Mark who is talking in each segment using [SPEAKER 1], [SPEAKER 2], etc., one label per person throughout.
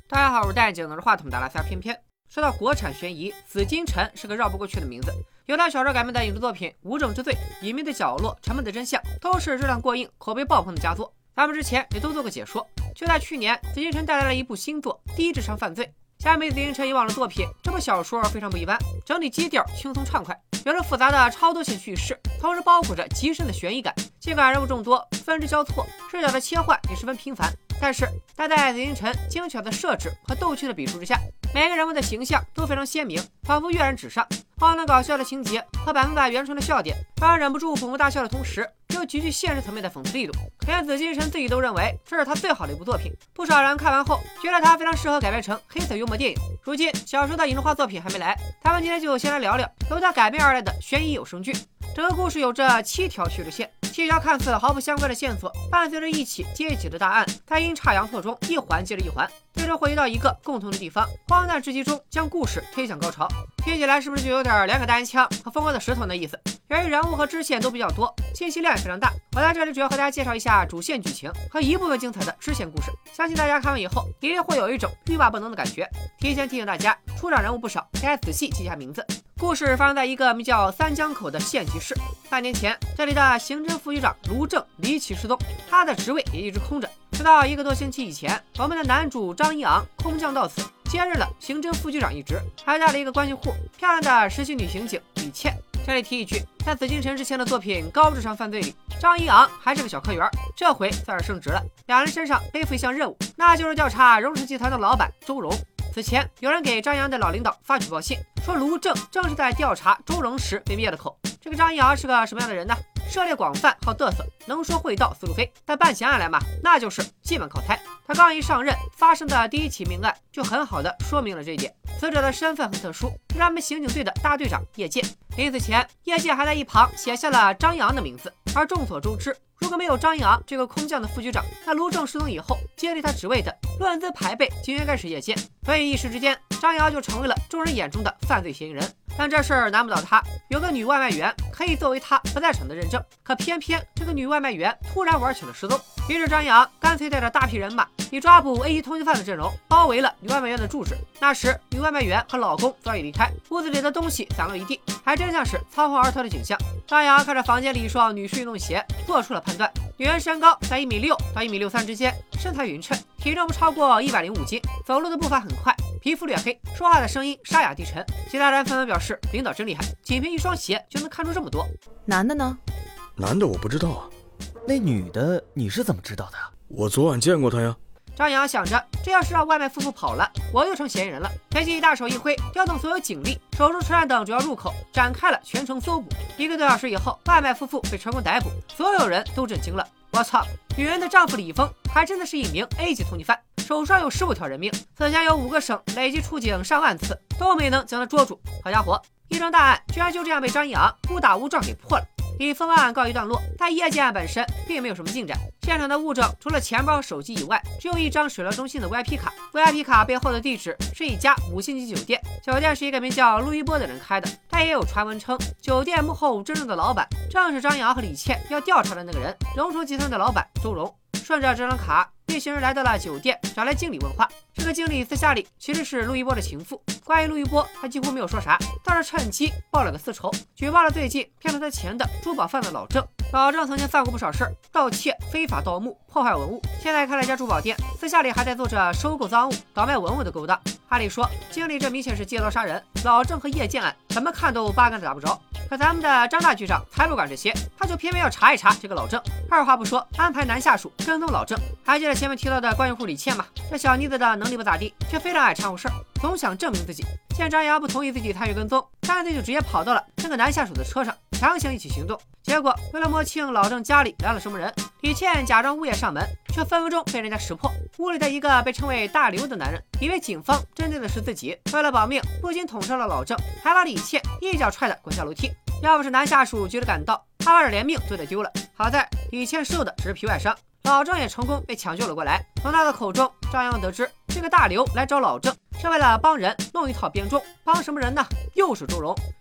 [SPEAKER 1] 大家好，我是戴眼镜拿着话筒的拉塞偏偏。说到国产悬疑，紫禁城是个绕不过去的名字。有的小说改编的影视作品《无证之罪》《隐秘的角落》《沉闷的真相》都是质量过硬、口碑爆棚的佳作。咱们之前也都做过解说。就在去年，紫禁城带来了一部新作《低智商犯罪》。相比紫禁城以往的作品，这部小说非常不一般，整体基调轻松畅快，有着复杂的超多线叙事，同时包裹着极深的悬疑感。尽管人物众多，分支交错，视角的切换也十分频繁，但是在紫禁城精巧的设置和逗趣的笔触之下，每个人物的形象都非常鲜明，仿佛跃然纸上。荒诞搞笑的情节和100%原创的笑点，让人忍不住捧腹大笑的同时，又极具现实层面的讽刺力度。连紫禁城自己都认为这是他最好的一部作品，不少人看完后觉得他非常适合改编成黑色幽默电影。如今小说的影视化作品还没来，咱们今天就先来聊聊由他改编而来的悬疑有声剧。整个故事有着7条叙事线，7条看似毫不相关的线索，伴随着一起接一起的大案，在阴差阳错中一环接着一环，最终汇集到一个共同的地方，荒诞至极中将故事推向高潮。听起来是不是就有点两个大烟枪和疯狂的石头的意思？由于人物和支线都比较多，信息量也非常大，我在这里主要和大家介绍一下主线剧情和一部分精彩的支线故事，相信大家看完以后一定会有一种欲罢不能的感觉。提前提醒大家，出场人物不少，大家仔细记下名字。故事发生在一个名叫三江口的县级市。半年前，这里的刑侦副局长卢正离奇失踪，他的职位也一直空着。直到1个多星期以前，我们的男主张一昂空降到此，接任了刑侦副局长一职，还带了一个关系户，漂亮的实习女刑警李倩。这里提一句，在紫禁城之前的作品《高智商犯罪》里，张一昂还是个小科员，这回算是升职了。两人身上背负一项任务，那就是调查荣氏集团的老板周荣。此前有人给张一昂的老领导发举报信，说卢正正是在调查周荣时被灭的口。这个张一昂是个什么样的人呢？涉猎广泛，好嘚瑟，能说会道，思路飞。但办起案来嘛，那就是基本靠猜。他刚一上任，发生的第1起命案就很好的说明了这一点。死者的身份很特殊，是他们刑警队的大队长叶剑。临死前，叶剑还在一旁写下了张一昂的名字。而众所周知，如果没有张一昂这个空降的副局长，那卢正失踪以后接替他职位的论资排辈就应该是叶剑。所以一时之间，张一昂就成为了众人眼中的犯罪嫌疑人。但这事儿难不倒他，有个女外卖员可以作为他不在场的认证，可偏偏这个女外卖员突然玩起了失踪。于是张一昂干脆带着大批人马，以抓捕 A 级通缉犯的阵容包围了女外卖员的住址。那时女外卖员和老公早已离开，屋子里的东西散落一地，还真像是仓皇而逃的景象。张一昂看着房间里一双女士运动鞋，做出了判断。女人身高在1.6米到1.63米之间，身材匀称，体重不超过105斤，走路的步伐很快，皮肤略黑，说话的声音沙哑低沉。其他人纷纷表示领导真厉害，仅凭一双鞋就能看出这么多。
[SPEAKER 2] 男的呢？
[SPEAKER 3] 男的我不知道啊。
[SPEAKER 4] 那女的你是怎么知道的？
[SPEAKER 3] 我昨晚见过她呀。
[SPEAKER 1] 张扬想着，这要是让外卖夫妇跑了，我就成嫌疑人了。随即大手一挥，调动所有警力，守住车站等主要入口，展开了全城搜捕。1个多小时以后，外卖夫妇被成功逮捕，所有人都震惊了。我操，女人的丈夫李峰还真的是一名 A 级通缉犯，手上有15条人命，此前有5个省累计出警上万次，都没能将他捉住。好家伙，一桩大案居然就这样被张一昂误打误撞给破了。李峰案告一段落，但叶剑案本身并没有什么进展。现场的物证除了钱包和手机以外，只有一张水疗中心的 VIP 卡。VIP 卡背后的地址是一家5星级酒店，酒店是一个名叫陆一波的人开的。但也有传闻称，酒店幕后真正的老板正是张扬和李倩要调查的那个人，荣成集团的老板周荣。顺着这张卡，一行人来到了酒店，找来经理问话。这个经理私下里其实是陆一波的情妇。关于陆一波，他几乎没有说啥，倒是趁机报了个私仇，举报了最近骗了他钱的珠宝贩子老郑。老郑曾经犯过不少事儿，盗窃、非法盗墓、破坏文物，现在开了一家珠宝店，私下里还在做着收购赃物、倒卖文物的勾当。按理说，经理这明显是借刀杀人，老郑和叶剑案怎么看都八竿子打不着。可咱们的张大局长才不管这些，他就偏偏要查一查这个老郑。二话不说，安排男下属跟踪老郑。还记得前面提到的关系户李倩吗？这小妮子的能力不咋地，却非常爱掺和事儿，总想证明自己。见张扬不同意自己参与跟踪，干脆就直接跑到了这个男下属的车上，强行一起行动。结果为了摸清老郑家里来了什么人，李倩假装物业上门，却分分钟被人家识破。屋里的一个被称为大刘的男人，以为警方针对的是自己，为了保命，不仅捅伤了老郑，还把李倩一脚踹得滚下楼梯。要不是男下属及时赶到，他差点连命都得丢了。好在李倩受的只是皮外伤，老郑也成功被抢救了过来。从他的口中，张扬得知这个大刘来找老郑是为了帮人弄一套编钟，帮什么人呢？又是周荣。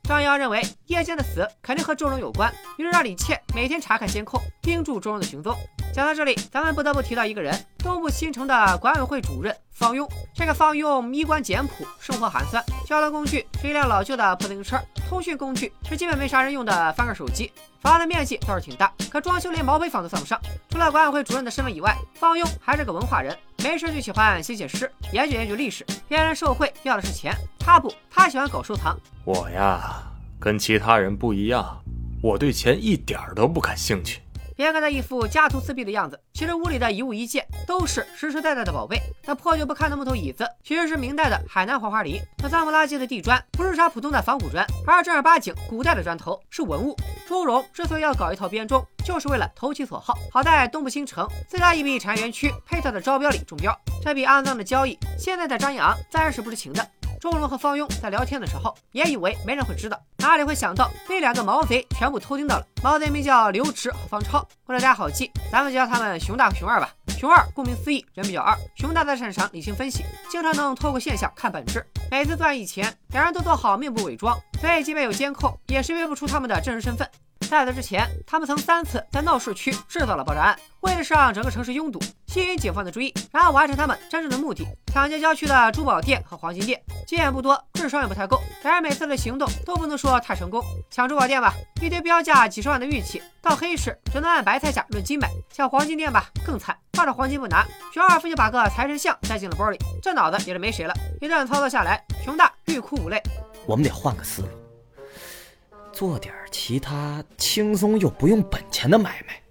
[SPEAKER 1] 张扬认为叶剑的死肯定和周荣有关，于是让李倩每天查看监控，盯住周荣的行踪。讲到这里，咱们不得不提到一个人，东部新城的管委会主任方庸。这个方庸衣冠简朴，生活寒酸，交通工具是一辆老旧的破自行车，通讯工具是基本没啥人用的翻盖手机。房的面积倒是挺大，可装修连毛坯房都算不上。除了管委会主任的身份以外，方庸还是个文化人，没事就喜欢写诗，研究历史。别人受贿要的是钱，他不，他喜欢搞收藏。
[SPEAKER 2] 我呀，跟其他人不一样，我对钱一点都不感兴趣。
[SPEAKER 1] 别看他一副家徒四壁的样子，其实屋里的一物一件都是实实在在的宝贝。那破旧不堪的木头椅子其实是明代的海南黄花梨，那脏不拉几的地砖不是啥普通的仿古砖，而是正儿八经古代的砖头，是文物。周荣之所以要搞一套编钟，就是为了投其所好，好在东部新城自家一笔产业园区配套的招标里中标。这笔肮脏的交易，现在的张扬自然是不知情的。周荣和方庸在聊天的时候，也以为没人会知道，哪里会想到被两个毛贼全部偷听到了。毛贼名叫刘驰和方超，为了大家好记，咱们就叫他们熊大和熊二吧。熊二顾名思义，人比较二；熊大在擅长理性分析，经常能透过现象看本质。每次作案以前，两人都做好面部伪装，所以即便有监控，也识别不出他们的真实身份。在此之前，他们曾3次在闹市区制造了爆炸案，为的是让整个城市拥堵，吸引警方的注意，然后完成他们真正的目的：抢劫郊区的珠宝店和黄金店。经验不多，智商也不太够，然而每次的行动都不能说太成功。抢珠宝店吧，一堆标价几十万的玉器，到黑市只能按白菜价论斤买；抢黄金店吧，更惨，抱着黄金不拿，熊二非就把个财神像塞进了包里，这脑子也是没谁了。一顿操作下来，熊大欲哭无泪。
[SPEAKER 4] 我们得换个思路，做点其他轻松又不用本钱的买卖。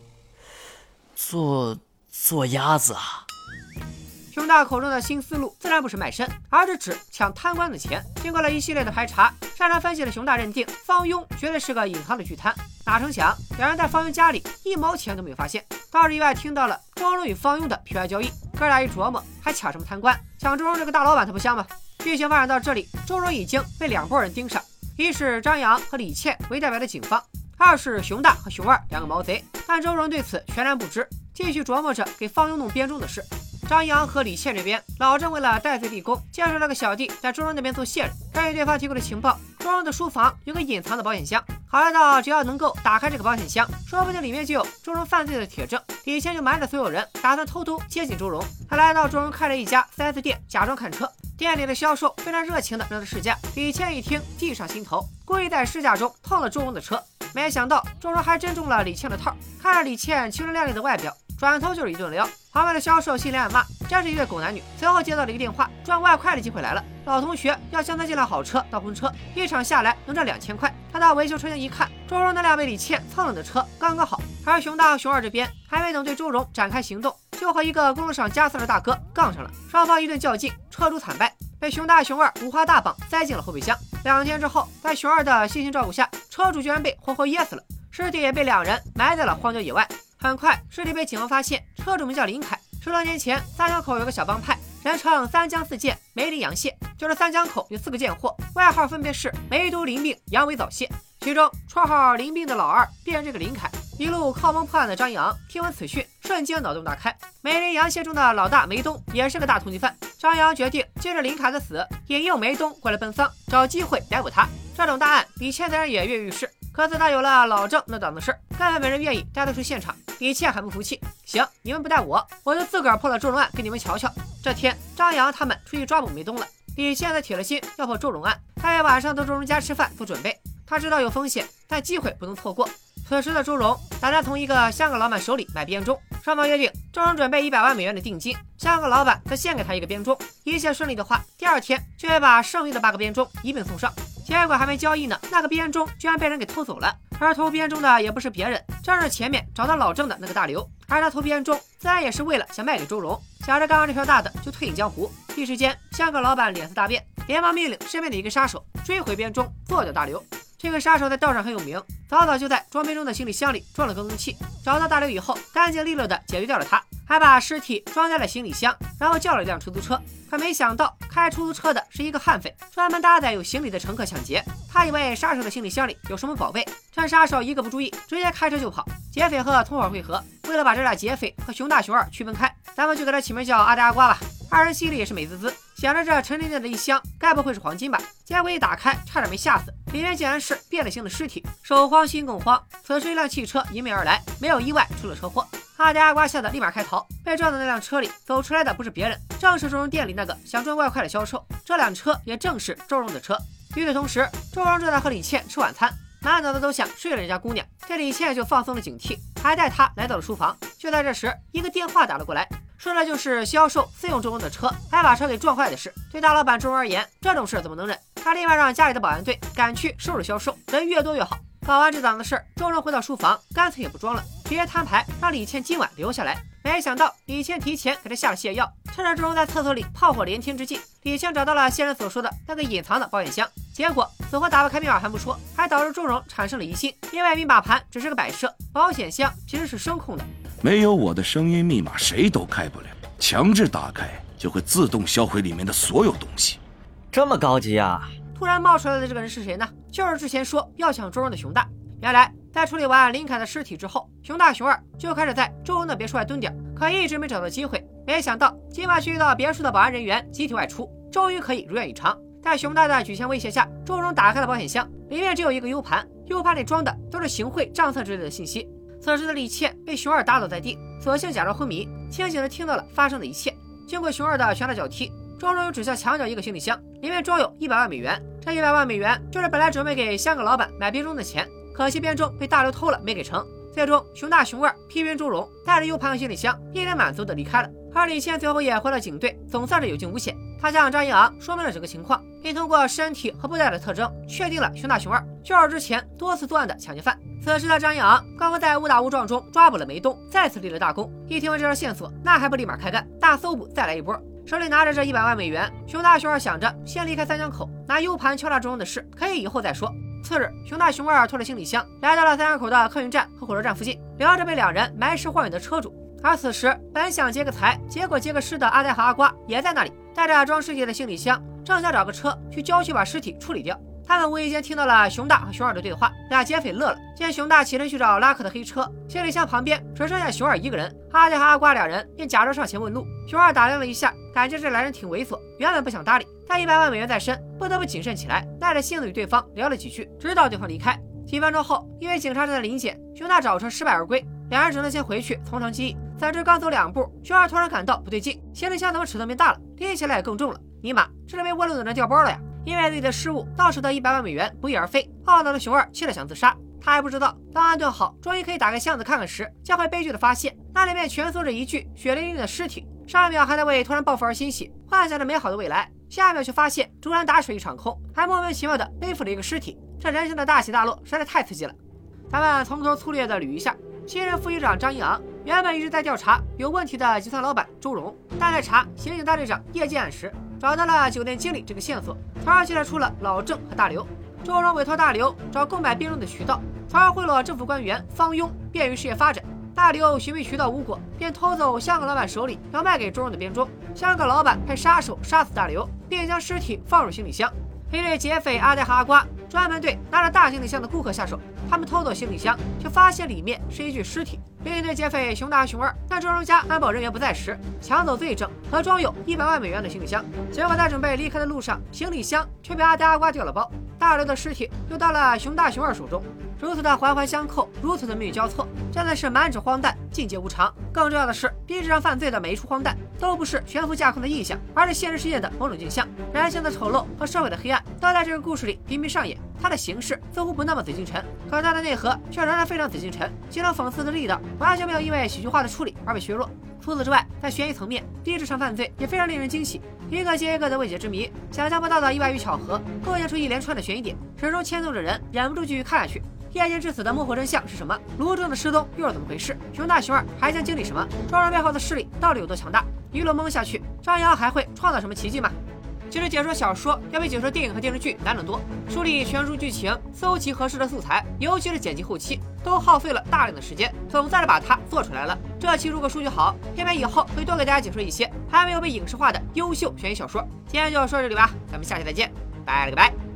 [SPEAKER 5] 做鸭子啊？
[SPEAKER 1] 熊大口中的新思路自然不是卖身，而是指抢贪官的钱。经过了一系列的排查，擅长分析的熊大认定方庸绝对是个隐藏的巨贪。哪成想，两人在方庸家里1毛钱都没有发现，倒是意外听到了周荣与方庸的皮外交易。哥俩一琢磨，还抢什么贪官？抢周荣这个大老板他不香吗？剧情发展到这里，周荣已经被2拨人盯上，一是张扬和李倩为代表的警方，二是熊大和熊二2个毛贼。但周荣对此全然不知，继续琢磨着给方庸弄编钟的事。张扬和李倩这边，老郑为了戴罪立功，介绍了个小弟在周荣那边做线人。根据对方提供的情报，周荣的书房有个隐藏的保险箱，考虑到只要能够打开这个保险箱，说不定里面就有周荣犯罪的铁证。李倩就瞒着所有人，打算偷偷接近周荣。他来到周荣开了一家 4S 店，假装看车。店里的销售非常热情的让他试驾。李倩一听计上心头，故意在试驾中碰了周荣的车。没想到周荣还真中了李倩的套，看着李倩清纯靓丽的外表，转头就是一顿撩。旁边的销售心里暗骂，真是一对狗男女。随后接到了一个电话，赚外快的机会来了，老同学要向他借辆好车当婚车，一场下来能赚2000块。他到维修车间一看，周荣那辆被李倩蹭了的车刚刚好。而熊大和熊二这边还没等对周荣展开行动，就和一个公路上加塞的大哥杠上了，双方一顿较劲，车主惨败，被熊大熊二5花大绑塞进了后备箱。2天之后，在熊二的细心照顾下，车主居然被活活噎死了，尸体也被2人埋在了荒郊野外。很快，尸体被警方发现，车主名叫林凯。10多年前，三江口有个小帮派，人称3江4剑、梅林杨蟹，就是三江口有4个贱货，外号分别是梅毒、淋病、阳痿、早泄。其中绰号淋病的老二便是这个林凯。一路靠蒙破案的张扬听闻此讯，瞬间脑洞大开。梅林杨蟹中的老大梅东也是个大通缉犯，张扬决定借着林凯的死，引诱梅东过来奔丧，找机会逮捕他。这种大案，李倩自然也跃跃欲试。可自打有了老郑那档子事，根本没人愿意带他去现场。李倩很不服气，行，你们不带我就自个儿破了周荣案给你们瞧瞧。这天，张扬他们出去抓捕梅东了，李倩则铁了心要破周荣案。他也晚上到周荣家吃饭做准备，他知道有风险，但机会不能错过。此时的周荣打算从一个香港老板手里买编钟，双方约定周荣准备100万美元的定金，香港老板则献给他一个编钟。一切顺利的话，第2天就会把剩余的8个编钟一并送上。结果还没交易呢，那个编钟居然被人给偷走了。而偷编钟的也不是别人，正是前面找到老郑的那个大刘。而他偷编钟自然也是为了想卖给周荣，想着刚刚这条大的就退隐江湖。一时间，香港老板脸色大变，连忙命令身边的一个杀手追回编钟，做掉大刘。这个杀手在道上很有名，早就在装编钟的行李箱里装了更动器。找到大刘以后，干净利落的解决掉了他，还把尸体装在了行李箱，然后叫了一辆出租车。可没想到，开出租车的是一个悍匪，专门搭载有行李的乘客抢劫。他以为杀手的行李箱里有什么宝贝，趁杀手一个不注意，直接开车就跑。劫匪和同伙会合，为了把这俩劫匪和熊大熊二区分开，咱们就给他起名叫阿呆阿瓜吧。 二人心里也是美滋滋，想着这沉甸甸的一箱该不会是黄金吧？结果一打开，差点没吓死，里面竟然是变了形的尸体，手慌心更慌。此时一辆汽车迎面而来，没有意外出了车祸。阿呆阿瓜吓得立马开逃，被撞的那辆车里走出来的不是别人，正是周荣店里那个想赚外快的销售。这辆车也正是周荣的车。与此同时，周荣正在和李倩吃晚餐，满脑子都想睡了人家姑娘，这李倩就放松了警惕，还带他来到了书房。就在这时，一个电话打了过来，说的就是销售私用周荣的车，还把车给撞坏的事。对大老板周荣而言，这种事怎么能忍？他立马让家里的保安队赶去收拾销售，人越多越好。搞完这档子事，周荣回到书房，干脆也不装了，直接摊牌让李倩今晚留下来。没想到李倩提前给他下了泻药，趁着周荣在厕所里炮火连天之际，李倩找到了先人所说的那个隐藏的保险箱。结果死活打不开密码盘不说，还导致周荣产生了疑心，因为密码盘只是个摆设，保险箱其实是声控的。
[SPEAKER 6] 没有我的声音密码，谁都开不了。强制打开就会自动销毁里面的所有东西。
[SPEAKER 4] 这么高级啊！
[SPEAKER 1] 突然冒出来的这个人是谁呢？就是之前说要抢周荣的熊大。原来在处理完林凯的尸体之后，熊大熊二就开始在周荣的别墅外蹲点，可一直没找到机会。没想到今晚去遇到别墅的保安人员集体外出，终于可以如愿以偿。在熊大的举钱威胁下，周荣打开了保险箱，里面只有一个 U 盘，U 盘里装的都是行贿账册之类的信息。此时的李倩被熊二打倒在地，索性假装昏迷，清醒的听到了发生的一切。经过熊二的拳打脚踢，周荣又指向墙角一个行李箱，里面装有100万美元。这100万美元就是本来准备给香港老板买编钟的钱，可惜编钟被大刘偷了，没给成。最终熊大熊二批评周荣，带着 U 盘和行李箱一脸满足的离开了。而李倩最后也回了警队，总算是有惊无险。他向张一昂说明了整个情况，并通过身体和布袋的特征确定了熊大熊二就是之前多次作案的抢劫犯。此时的张一昂刚刚在误打误撞中抓捕了梅东，再次立了大功。一听完这条线索，那还不立马开干，大搜捕再来一波。手里拿着这100万美元，熊大熊二想着先离开三江口，拿 U 盘敲诈周荣的事可以以后再说。次日，熊大熊二拖着行李箱来到了三江口的客运站和火车站附近，聊着被两人埋尸荒野的车主。而此时本想劫个财，结果劫个尸的阿呆和阿瓜也在那里，带着装尸体的行李箱，正想找个车去郊区把尸体处理掉。他们无意间听到了熊大和熊二的对话，俩劫匪乐了，见熊大起身去找拉客的黑车，行李箱旁边只剩下熊二一个人，阿呆和阿瓜两人便假装上前问路。熊二打量了一下，感觉这俩人挺猥琐，原本不想搭理，但100万美元在身，不得不谨慎起来，耐着性子与对方聊了几句，直到对方离开。几分钟后，因为警察正在临检，熊大找车失败而归，两人只能先回去从长计议。怎知刚走2步，熊二突然感到不对劲，行李箱怎么尺寸变大了，拎起来也更重了。尼玛，这是被涡轮的人掉包了呀！因为自己的失误，倒使得100万美元不翼而飞，懊恼的熊二气得想自杀。他还不知道，当安顿好，终于可以打开箱子看看时，将会悲剧的发现，那里面蜷缩着一具血淋淋的尸体。上一秒还在为突然暴富而欣喜，幻想着美好的未来，下一秒却发现竹篮打水一场空，还莫名其妙的背负了一个尸体。这人生的大起大落实在太刺激了。咱们从头粗略的捋一下。新任副局长张一昂原本一直在调查有问题的集团老板周荣，但在查刑警大队长叶建案时，找到了酒店经理这个线索，从而揭示出了老郑和大刘。周荣委托大刘找购买编钟的渠道，从而贿赂政府官员方庸，便于事业发展。大刘寻觅渠道无果，便偷走香港老板手里要卖给周荣的编钟。香港老板派杀手杀死大刘，并将尸体放入行李箱。一对劫匪阿呆和阿瓜专门对拿着大行李箱的顾客下手，他们偷走行李箱，却发现里面是一具尸体。另一对劫匪熊大和熊二在周荣家安保人员不在时，抢走罪证和装有100万美元的行李箱，结果在准备离开的路上，行李箱却被阿呆阿瓜掉了包，大刘的尸体又到了熊大熊二手中。如此的环环相扣，如此的命运交错，真的是满纸荒诞，尽皆无常。更重要的是，笔纸上犯罪的每一处荒诞，都不是悬浮架空的臆想，而是现实世界的某种镜像。人性的丑陋和社会的黑暗，都在这个故事里频频上演。它的形式似乎不那么紫禁城，可它的内核却仍然非常紫禁城，其中讽刺的力道完全没有因为喜剧化的处理而被削弱。除此之外，在悬疑层面，第一场犯罪也非常令人惊喜，一个接一个的未解之谜，想象不到的意外与巧合，构建出一连串的悬疑点，始终牵动着人，忍不住继续看下去。叶剑之死的幕后真相是什么？卢正的失踪又是怎么回事？熊大熊二还将经历什么？周荣背后的势力到底有多强大？一路蒙下去，张扬还会创造什么奇迹吗？其实解说小说要比解说电影和电视剧难得多，梳理全书剧情，搜集合适的素材，尤其是剪辑后期，都耗费了大量的时间，总算是把它做出来了。这期如果数据好，片片以后会多给大家解说一些还没有被影视化的优秀悬疑小说。今天就说这里吧，咱们下期再见，拜了个拜。